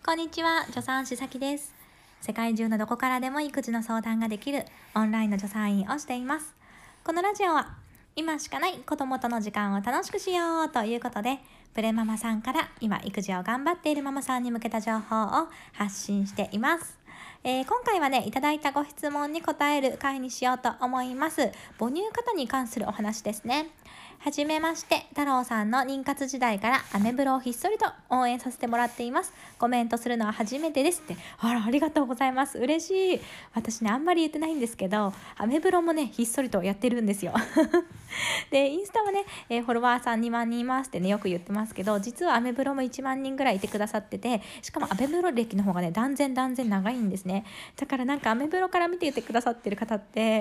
こんにちは、助産師さきです。世界中のどこからでも育児の相談ができるオンラインの助産院をしています。このラジオは今しかない子供との時間を楽しくしようということで、プレママさんから今育児を頑張っているママさんに向けた情報を発信しています。今回はね、いただいたご質問に答える回にしようと思います。母乳過多に関するお話ですね。はじめまして、太郎さんの妊活時代からアメブロをひっそりと応援させてもらっています。コメントするのは初めてですって。ありがとうございます。嬉しい。私ね、あんまり言ってないんですけど、アメブロもね、ひっそりとやってるんですよ。で、インスタはね、フォロワーさん2万人いますってね、よく言ってますけど、実はアメブロも1万人ぐらいいてくださってて、しかもアメブロ歴の方がね、断然長いんですね。だからなんかアメブロから見ていてくださってる方って、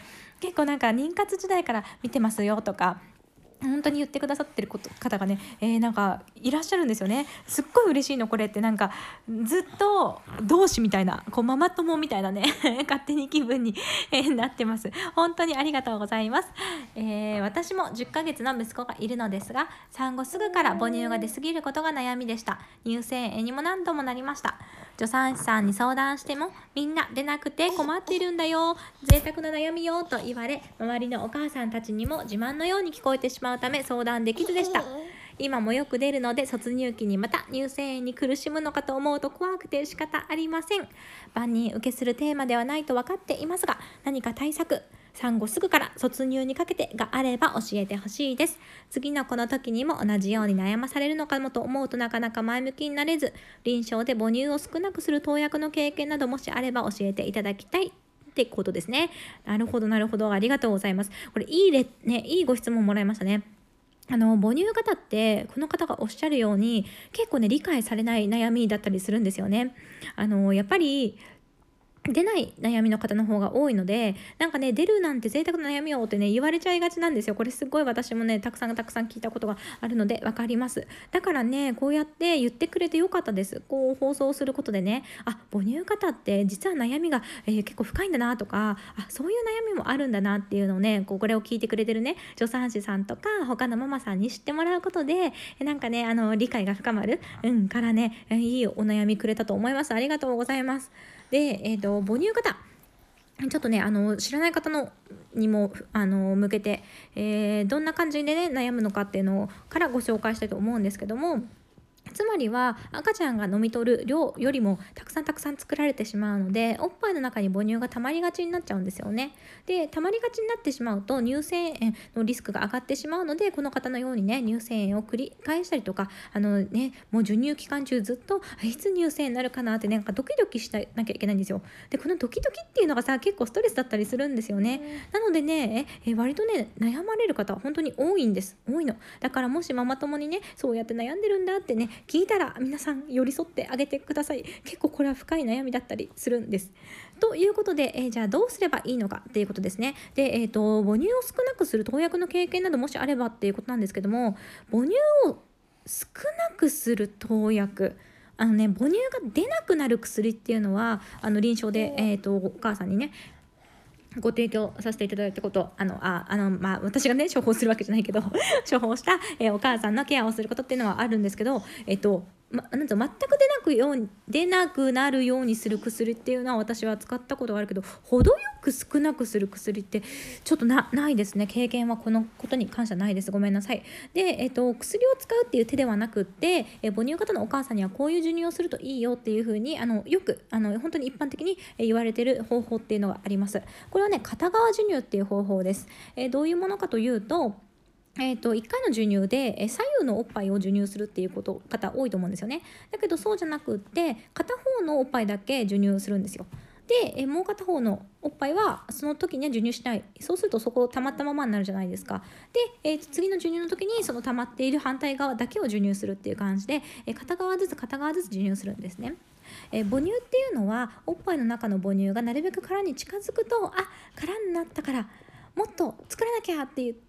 結構なんか妊活時代から見てますよとか、本当に言ってくださってる方がね、なんかいらっしゃるんですよね。すっごい嬉しいのこれって。なんかずっと同志みたいな、ママ友みたいなね勝手に気分に、なってます。本当にありがとうございます。私も10ヶ月の息子がいるのですが、産後すぐから母乳が出過ぎることが悩みでした。乳腺炎にも何度もなりました。助産師さんに相談しても、みんな出なくて困っているんだよ、贅沢な悩みよと言われ、周りのお母さんたちにも自慢のように聞こえてしまうため相談できずでした。今もよく出るので、卒乳期にまた乳腺炎に苦しむのかと思うと怖くて仕方ありません。万人受けするテーマではないと分かっていますが、何か対策、産後すぐから卒乳にかけてがあれば教えてほしいです。次の子の時にも同じように悩まされるのかもと思うとなかなか前向きになれず、臨床で母乳を少なくする投薬の経験などもしあれば教えていただきたいってことですね。なるほど、ありがとうございます。これいいご質問もらいましたね。母乳型ってこの方がおっしゃるように結構ね、理解されない悩みだったりするんですよね。やっぱり出ない悩みの方の方が多いので、なんかね、出るなんて贅沢な悩みよってね、言われちゃいがちなんですよ。これすごい私もね、たくさん聞いたことがあるので分かります。だからね、こうやって言ってくれてよかったです。こう放送することでね、母乳型って実は悩みが、結構深いんだなとか、そういう悩みもあるんだなっていうのをね、これを聞いてくれてるね、助産師さんとか他のママさんに知ってもらうことで、なんかね、理解が深まる、からね、いいお悩みくれたと思います。ありがとうございます。で、母乳型ちょっとね、知らない方にも向けて、どんな感じでね悩むのかっていうのからご紹介したいと思うんですけども、つまりは赤ちゃんが飲み取る量よりもたくさん作られてしまうので、おっぱいの中に母乳が溜まりがちになっちゃうんですよね。で、溜まりがちになってしまうと乳腺炎のリスクが上がってしまうので、この方のようにね、乳腺炎を繰り返したりとか、もう授乳期間中ずっといつ乳腺炎になるかなってなんかドキドキしなきゃいけないんですよ。で、このドキドキっていうのがさ、結構ストレスだったりするんですよね。なのでね、割とね悩まれる方は本当に多いの。だからもしママ友にね、そうやって悩んでるんだってね聞いたら、皆さん寄り添ってあげてください。結構これは深い悩みだったりするんです。ということで、じゃあどうすればいいのかっていうことですね。で、母乳を少なくする投薬の経験などもしあればっていうことなんですけども、母乳を少なくする投薬、母乳が出なくなる薬っていうのは臨床で、お母さんにねご提供させていただいたこと、私がね処方するわけじゃないけど処方した、お母さんのケアをすることっていうのはあるんですけど、全く出なくなるようにする薬っていうのは私は使ったことがあるけど、程よく少なくする薬ってちょっとないですね。経験はこのことに関してはないです。ごめんなさい。で、薬を使うっていう手ではなくって、母乳型のお母さんにはこういう授乳をするといいよっていうふうによく本当に一般的に言われている方法っていうのがあります。これはね、片側授乳っていう方法です。どういうものかというと、1回の授乳で左右のおっぱいを授乳するっていう方多いと思うんですよね。だけどそうじゃなくって片方のおっぱいだけ授乳するんですよ。で、もう片方のおっぱいはその時には授乳しない。そうするとそこ溜まったままになるじゃないですか。で、次の授乳の時にその溜まっている反対側だけを授乳するっていう感じで、片側ずつ授乳するんですね。母乳っていうのはおっぱいの中の母乳がなるべく殻に近づくと、殻になったからもっと作らなきゃって言って、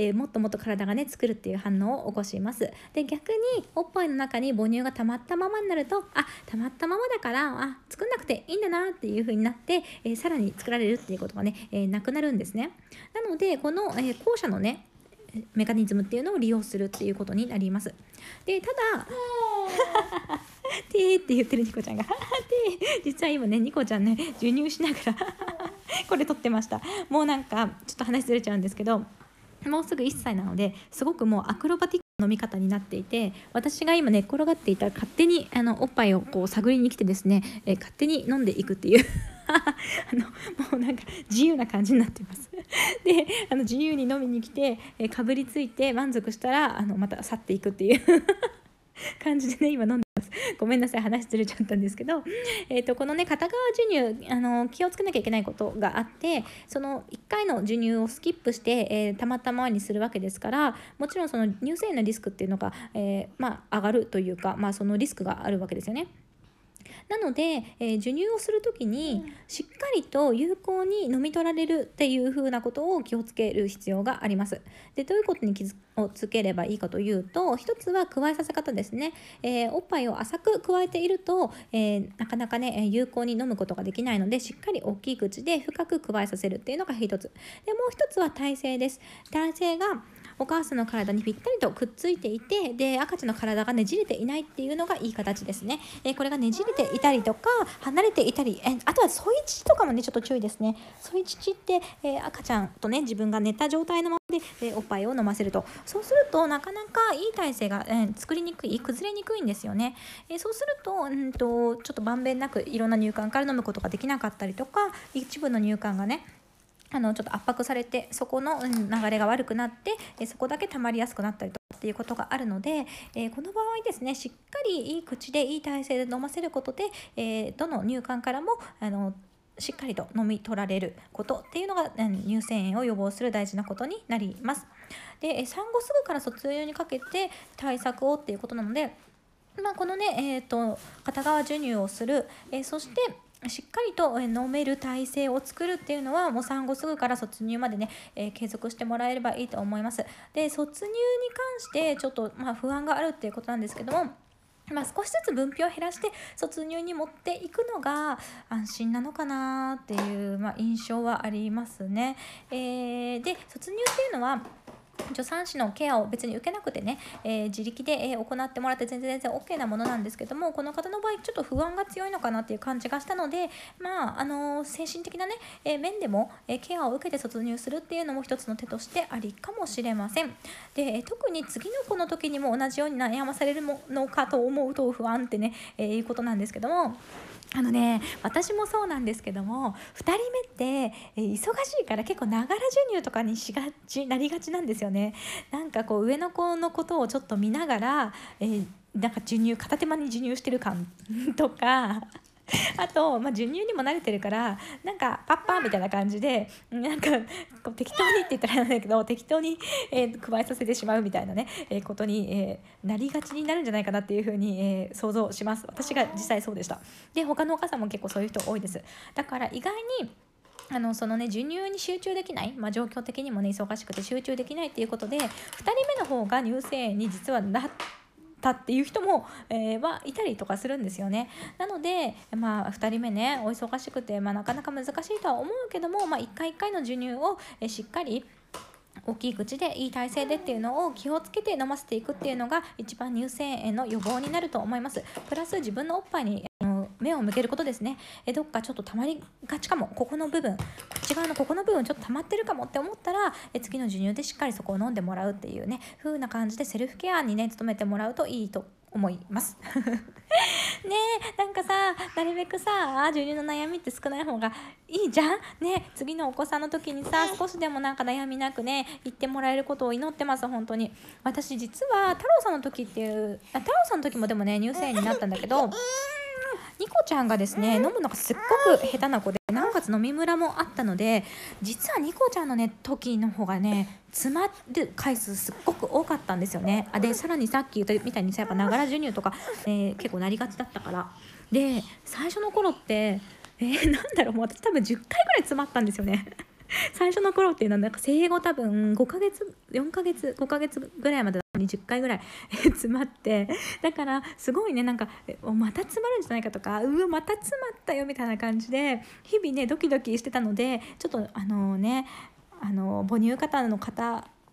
もっと体がね作るっていう反応を起こします。で、逆におっぱいの中に母乳が溜まったままになると、溜まったままだから作んなくていいんだなっていう風になって、さらに作られるっていうことがね、なくなるんですね。なのでこの、後者のねメカニズムっていうのを利用するっていうことになります。で、ただてーって言ってるニコちゃんが、ははてー。実は今ね、ニコちゃんね、授乳しながらこれ撮ってました。もうなんかちょっと話ずれちゃうんですけど、もうすぐ1歳なので、すごくもうアクロバティックな飲み方になっていて、私が今寝っ転がっていたら勝手におっぱいをこう探りに来てですね、勝手に飲んでいくっていうもうなんか自由な感じになっていますで、自由に飲みに来て、かぶりついて満足したらまた去っていくっていう感じでね、今飲んでます。ごめんなさい、話ずれちゃったんですけど、このね、片側授乳気をつけなきゃいけないことがあって、その1回の授乳をスキップして、たまたまにするわけですから、もちろんその乳腺炎のリスクっていうのが、上がるというか、そのリスクがあるわけですよね。なので、授乳をするときにしっかりと有効に飲み取られるっていう風なことを気をつける必要があります。で、どういうことに気をつければいいかというと、一つはくわえさせ方ですね。おっぱいを浅くくわえていると、なかなかね有効に飲むことができないので、しっかり大きい口で深くくわえさせるっていうのが一つで、もう一つは体勢です。体勢がお母さんの体にぴったりとくっついていて、で赤ちゃんの体がねじれていないっていうのがいい形ですね。これがねじれていたりとか離れていたり、あとは添い乳とかもねちょっと注意ですね。添い乳って、赤ちゃんとね自分が寝た状態のままで、おっぱいを飲ませると、そうするとなかなかいい体勢が、作りにくい、崩れにくいんですよね。そうすると、ちょっとまんべんなくいろんな乳管から飲むことができなかったりとか、一部の乳管がねちょっと圧迫されて、そこの流れが悪くなって、そこだけ溜まりやすくなったりとかっていうことがあるので、この場合ですね、しっかりいい口でいい体勢で飲ませることで、どの乳管からもしっかりと飲み取られることっていうのが、乳腺炎を予防する大事なことになります。で、産後すぐから卒乳にかけて対策をっていうことなので、このね、片側授乳をする、そしてしっかりと飲める体制を作るっていうのは、もう産後すぐから卒乳までね、継続してもらえればいいと思います。で、卒乳に関してちょっと不安があるっていうことなんですけども、少しずつ分泌を減らして卒乳に持っていくのが安心なのかなっていう、印象はありますね。で、卒乳っていうのは助産師のケアを別に受けなくてね、自力で、行ってもらって全然 OK なものなんですけども、この方の場合ちょっと不安が強いのかなっていう感じがしたので、精神的なね、面でも、ケアを受けて卒乳するっていうのも一つの手としてありかもしれません。で、特に次の子の時にも同じように悩まされるのかと思うと不安ってね、いうことなんですけども、私もそうなんですけども、2人目って、忙しいから結構ながら授乳とかになりがちなんですよね。なんかこう上の子のことをちょっと見ながら、なんか片手間に授乳してる感とかあと、授乳にも慣れてるからなんかパッパーみたいな感じで、なんかこう適当にって言ったらなんだけど、適当に、加えさせてしまうみたいなね、ことに、なりがちになるんじゃないかなっていうふうに、想像します。私が実際そうでした。で、他のお母さんも結構そういう人多いです。だから意外にそのね授乳に集中できない、状況的にもね忙しくて集中できないっていうことで、2人目の方が乳腺炎に実はなったっていう人も、いたりとかするんですよね。なので、2人目ねお忙しくて、なかなか難しいとは思うけども、一回一回の授乳を、しっかり大きい口でいい体勢でっていうのを気をつけて飲ませていくっていうのが一番乳腺炎の予防になると思います。プラス自分のおっぱいに目を向けることですね。どっかちょっと溜まりがちかも、こっち側のここの部分ちょっと溜まってるかもって思ったら、次の授乳でしっかりそこを飲んでもらうっていうね風な感じでセルフケアにね努めてもらうといいと思いますねえ、なんかさ、なるべくさ授乳の悩みって少ない方がいいじゃんね。次のお子さんの時にさ少しでもなんか悩みなくね言ってもらえることを祈ってます。本当に私実は太郎さんの時もでもね乳腺炎になったんだけど、ニコちゃんがですね飲むのがすっごく下手な子で、なおかつ飲みムラもあったので、実はニコちゃんのね時の方がね詰まる回数すっごく多かったんですよね。でさらにさっき言ったみたいにさ、やっぱながら授乳とか、結構なりがちだったから、で最初の頃ってもう私多分10回ぐらい詰まったんですよね最初の頃っていうのはなんか生後多分5ヶ月ぐらいまで20回ぐらい詰まって、だからすごいねなんかまた詰まるんじゃないかとか、また詰まったよみたいな感じで日々ねドキドキしてたので、ちょっと母乳方の方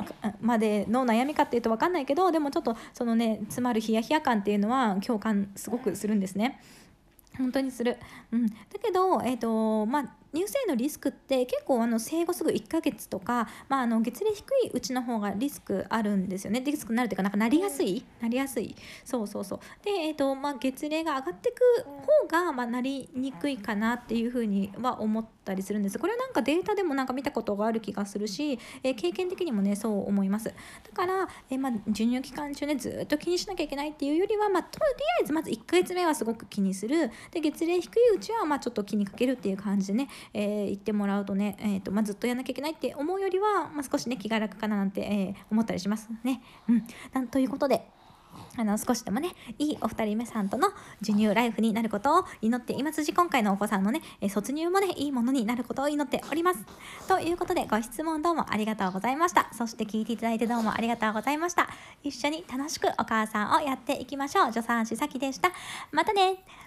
までの悩みかっていうと分かんないけど、でもちょっとそのね詰まるヒヤヒヤ感っていうのは共感すごくするんですね。本当にする。だけど、乳腺のリスクって結構生後すぐ1ヶ月とか、月齢低いうちの方がリスクあるんですよね。リスクになるっていうか、なんかなりやすい、そうそうそう。で、月齢が上がっていく方が、なりにくいかなっていうふうには思ったりするんです。これはなんかデータでもなんか見たことがある気がするし、経験的にもねそう思います。だから、授乳期間中ねずっと気にしなきゃいけないっていうよりは、とりあえずまず1ヶ月目はすごく気にする。で、月齢低いうちはちょっと気にかけるっていう感じでね、言ってもらうとね、ずっとやんなきゃいけないって思うよりは、少しね気が楽かななんて、思ったりしますね。ということで、少しでもねいいお二人目さんとの授乳ライフになることを祈っていますし、今回のお子さんのね卒乳もねいいものになることを祈っております。ということで、ご質問どうもありがとうございました。そして聞いていただいてどうもありがとうございました。一緒に楽しくお母さんをやっていきましょう。助産師さきでした。またね。